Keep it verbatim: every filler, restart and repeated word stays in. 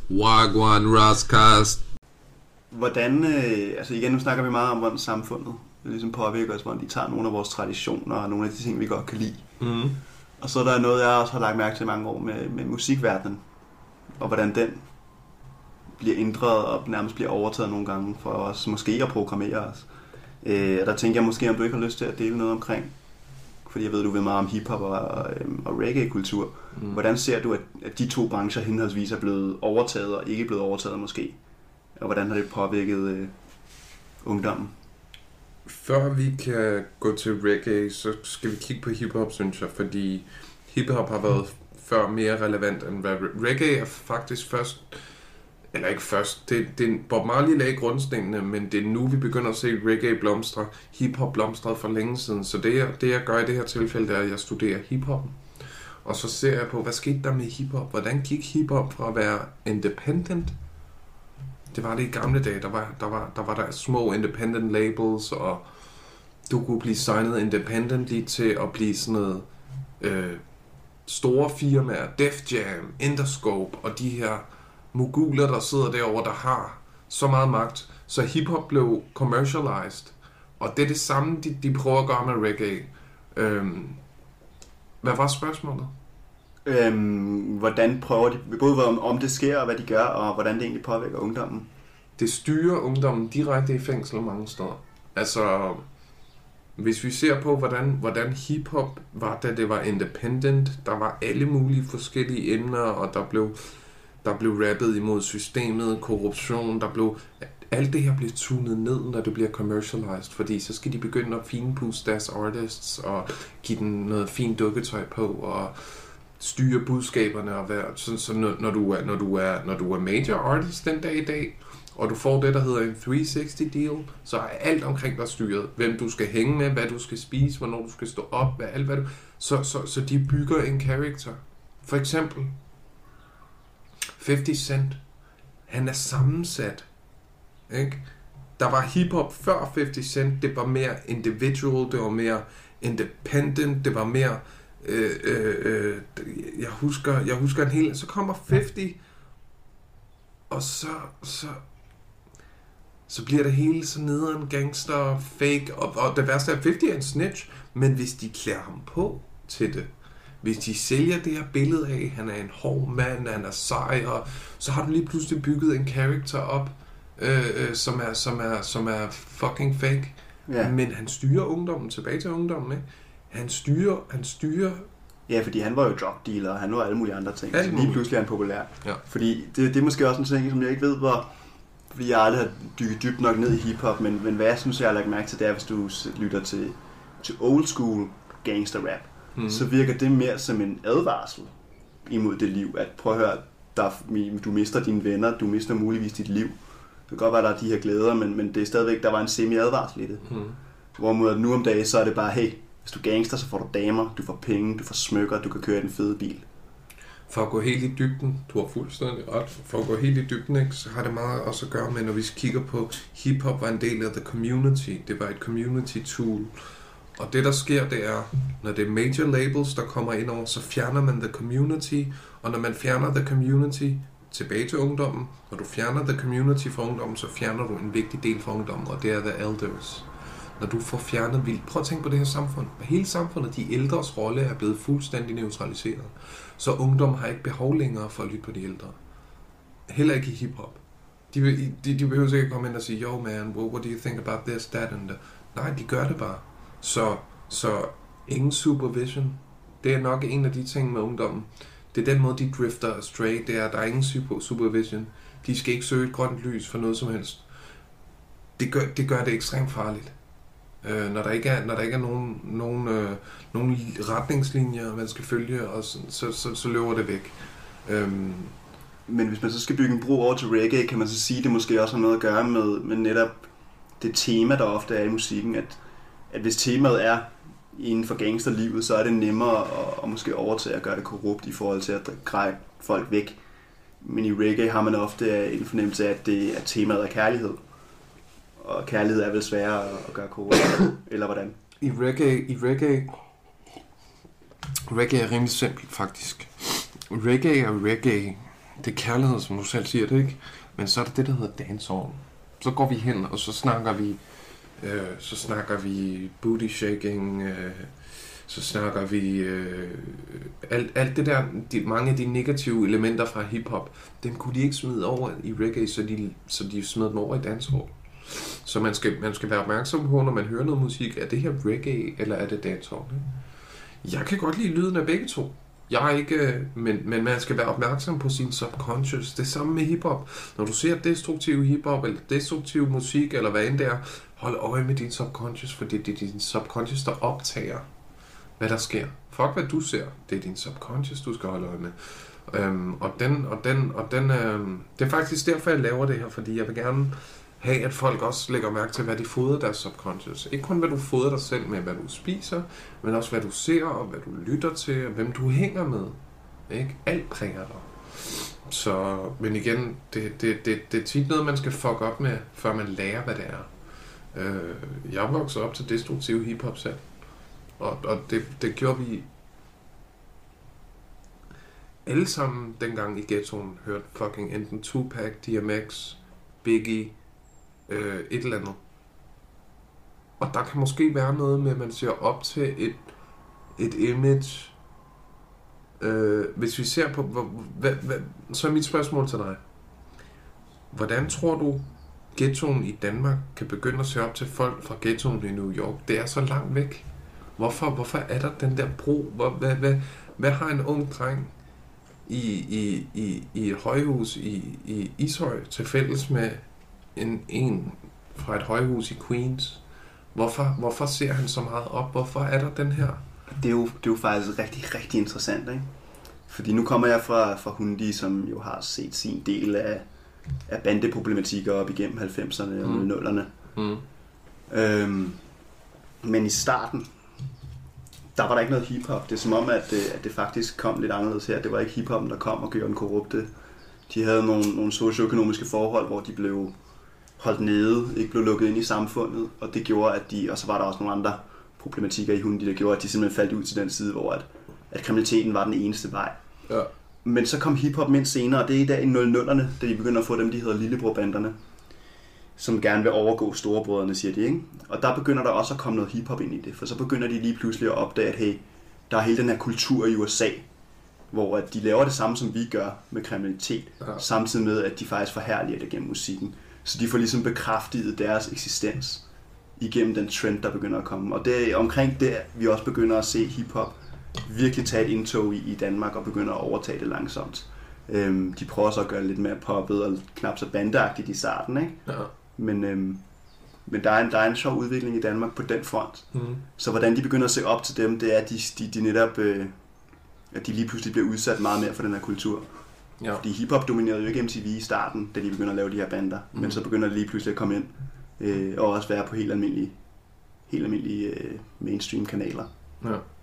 Wagwan Rascast. Hvordan, øh, altså igen, nu snakker vi meget om, hvordan samfundet ligesom påvirker os, hvordan de tager nogle af vores traditioner og nogle af de ting, vi godt kan lide. Mm. Og så er der noget, jeg også har lagt mærke til mange år med, med musikverdenen, og hvordan den bliver ændret og nærmest bliver overtaget nogle gange for os måske at programmere os. Øh, og der tænker jeg måske, om du ikke har lyst til at dele noget omkring, fordi jeg ved, du ved meget om hiphop og, og, og reggae-kultur. Mm. Hvordan ser du, at, at de to brancher henholdsvis er blevet overtaget og ikke blevet overtaget måske? Og hvordan har det påvirket øh, ungdommen? Før vi kan gå til reggae, så skal vi kigge på hiphop, synes jeg, fordi hiphop har været før mere relevant end reggae. Er faktisk først, eller ikke først, det, det Bob Marley lagde grundstenene, men det er nu, vi begynder at se reggae blomstre. Hiphop blomstrede for længe siden, så det jeg, det jeg gør i det her tilfælde, det er, at jeg studerer hiphop. Og så ser jeg på, hvad skete der med hiphop? Hvordan gik hiphop fra at være independent? Det var det i gamle dage. Der var der, var, der, var der små independent labels, og du kunne blive signet independently til at blive sådan noget øh, store firmaer, Def Jam, Interscope og de her moguler, der sidder derovre, der har så meget magt. Så hiphop blev commercialized, og det er det samme, de, de prøver at gøre med reggae. Øhm, hvad var spørgsmålet? Øhm, hvordan prøver de, både om, om det sker, og hvad de gør, og hvordan det egentlig påvirker ungdommen? Det styrer ungdommen direkte i fængsel mange steder. Altså, hvis vi ser på, hvordan, hvordan hiphop var, da det var independent, der var alle mulige forskellige emner, og der blev, der blev rappet imod systemet, korruption, der blev... Alt det her bliver tunet ned, når det bliver commercialized, fordi så skal de begynde at finpudse deres artists, og give den noget fint dukketøj på, og styre budskaberne, og være, så, så når, når, du er, når, du er, når du er major artist den dag i dag, og du får det, der hedder en tre sixty deal, så er alt omkring dig styret. Hvem du skal hænge med, hvad du skal spise, hvornår du skal stå op, hvad, alt hvad du... Så, så, så de bygger en character. For eksempel, halvtreds Cent, han er sammensat. Ikke? Der var hiphop før halvtreds Cent, det var mere individual, det var mere independent, det var mere... Øh, øh, øh, jeg husker, jeg husker en hel... Så kommer halvtreds, og så... så så bliver det hele så nederen gangster, fake, og, og det værste er, at halvtreds er en snitch, men hvis de klæder ham på til det, hvis de sælger det her billede af, han er en hård mand, han er sej, og så har du lige pludselig bygget en character op, øh, øh, som, er, som, er, som er fucking fake, ja. Men han styrer ungdommen, tilbage til ungdommen, ikke? Han styrer, han styrer... Ja, fordi han var jo drug dealer, og han var alle mulige andre ting, så lige pludselig er han populær. Ja. Fordi det, det er måske også en ting, som jeg ikke ved, hvor... Fordi jeg aldrig har dykket dybt nok ned i hiphop, men, men hvad jeg synes, jeg har lagt mærke til, det er, hvis du lytter til, til old school gangster rap, mm. så virker det mere som en advarsel imod det liv. At prøv at høre, der, du mister dine venner, du mister muligvis dit liv. Det kan godt være, der er de her glæder, men, men det er stadigvæk, der var en semi-advarsel i det. Mm. Hvorimod nu om dagen, så er det bare, hey, hvis du er gangster, så får du damer, du får penge, du får smykker, du kan køre i den fede bil. For at gå helt i dybden, du har fuldstændig ret, for at gå helt i dybden, ikke, så har det meget også at gøre med, når vi kigger på, hiphop var en del af the community, det var et community tool, og det der sker, det er, når det er major labels, der kommer ind over, så fjerner man the community, og når man fjerner the community tilbage til ungdommen, når du fjerner the community fra ungdommen, så fjerner du en vigtig del fra ungdommen, og det er the elders. Når du får fjernet vildt. Prøv at tænke på det her samfund. Hele samfundet, de ældres rolle er blevet fuldstændig neutraliseret. Så ungdom har ikke behov længere for at lytte på de ældre. Heller ikke i hiphop. De, de, de behøver ikke komme ind og sige, yo man, what do you think about this, that and that? Nej, de gør det bare. Så, så ingen supervision. Det er nok en af de ting med ungdommen. Det er den måde, de drifter astray. Det er, at der er ingen super, supervision. De skal ikke søge et grønt lys for noget som helst. Det gør det, gør det ekstremt farligt. Øh, når der ikke er, når der ikke er nogen, nogen, øh, nogen retningslinjer, man skal følge, og så, så, så, så løber det væk. Øhm. Men hvis man så skal bygge en bro over til reggae, kan man så sige, at det måske også har noget at gøre med, med netop det tema, der ofte er i musikken, at, at hvis temaet er inden for gangsterlivet, så er det nemmere at, at måske overtage at gøre det korrupt i forhold til at greje folk væk. Men i reggae har man ofte en fornemmelse af, at, det, at temaet er kærlighed. Og kærlighed er vel sværere at gøre korrupt, eller hvordan? I reggae, i reggae, reggae er rimelig simpelt faktisk. Reggae er reggae, det er kærlighed, som du selv siger det, ikke? Men så er det det, der hedder dancehall. Så går vi hen, og så snakker vi, øh, så snakker vi booty shaking, øh, så snakker vi øh, alt, alt det der, de, mange af de negative elementer fra hiphop, dem kunne de ikke smide over i reggae, så de, så de smed dem over i dancehall. Så man skal, man skal være opmærksom på, når man hører noget musik, er det her reggae, eller er det dancehall? Jeg kan godt lide lyden af begge to. Jeg er ikke, men, men man skal være opmærksom på sin subconscious. Det samme med hiphop. Når du ser destruktiv hiphop, eller destruktiv musik, eller hvad end det er, hold øje med din subconscious, fordi det er din subconscious, der optager, hvad der sker. Fuck, hvad du ser. Det er din subconscious, du skal holde øje med. Øhm, og den, og den, og den, øhm, det er faktisk derfor, jeg laver det her, fordi jeg vil gerne have, at folk også lægger mærke til, hvad de fodrer deres subconscious. Ikke kun, hvad du fodrer dig selv med, hvad du spiser, men også, hvad du ser, og hvad du lytter til, og hvem du hænger med. Ikke? Alt præger dig. Så, men igen, det, det, det, det er tit noget, man skal fuck op med, før man lærer, hvad det er. Øh, jeg voksede op til destruktiv hiphop selv. Og, og det, det gjorde vi alle sammen dengang i ghettoen, hørte fucking enten Tupac, D M X, Biggie, øh, et eller andet. Og der kan måske være noget med, at man ser op til et, et image. Øh, hvis vi ser på, hvad, hvad, hvad, så er mit spørgsmål til dig. Hvordan tror du, ghettoen i Danmark kan begynde at se op til folk fra ghettoen i New York? Det er så langt væk. Hvorfor, hvorfor er der den der bro? Hvor, hvad, hvad, hvad har en ung dreng i, i, i, i et højhus i, i Ishøj til fælles med en, en fra et højhus i Queens? Hvorfor, hvorfor ser han så meget op? Hvorfor er der den her? Det er jo, det er jo faktisk rigtig, rigtig interessant, ikke? Fordi nu kommer jeg fra, fra Hundi, som jo har set sin del af, af bandeproblematikker op igennem halvfemserne og Mm. nullerne. Mm. Øhm, men i starten, der var der ikke noget hiphop. Det er som om, at det, at det faktisk kom lidt anderledes her. Det var ikke hiphoppen, der kom og gjorde den korrupte. De havde nogle, nogle socioøkonomiske forhold, hvor de blev holdt nede, ikke blev lukket ind i samfundet, og det gjorde, at de, og så var der også nogle andre problematikker i Hundi, der gjorde, at de simpelthen faldt ud til den side, hvor at, at kriminaliteten var den eneste vej. Ja. Men så kom hiphop ind senere, og det er i dag i nullerne, da de begynder at få dem, de hedder lillebrorbanderne, som gerne vil overgå storebrødrene, siger de, ikke? Og der begynder der også at komme noget hiphop ind i det, for så begynder de lige pludselig at opdage, at hey, der er hele den her kultur i U S A, hvor at de laver det samme, som vi gør med kriminalitet, ja. Samtidig med, at de faktisk forherliger det gennem musikken. Så de får ligesom bekræftet deres eksistens igennem den trend, der begynder at komme. Og det er omkring det, vi også begynder at se hiphop virkelig tage et indtog i, i Danmark og begynder at overtage det langsomt. Øhm, de prøver så at gøre det lidt mere poppet og knap så bandeagtigt i starten, ikke? Ja. Men, øhm, men der, er en, der er en sjov udvikling i Danmark på den front. Mm. Så hvordan de begynder at se op til dem, det er, at de, de, de netop øh, at de lige pludselig bliver udsat meget mere for den her kultur. Ja. Fordi hiphop dominerede jo ikke M T V i starten, da de begynder at lave de her bander, mm. men så begynder det lige pludselig at komme ind øh, og også være på helt almindelige, helt almindelige øh, mainstream kanaler. Ja.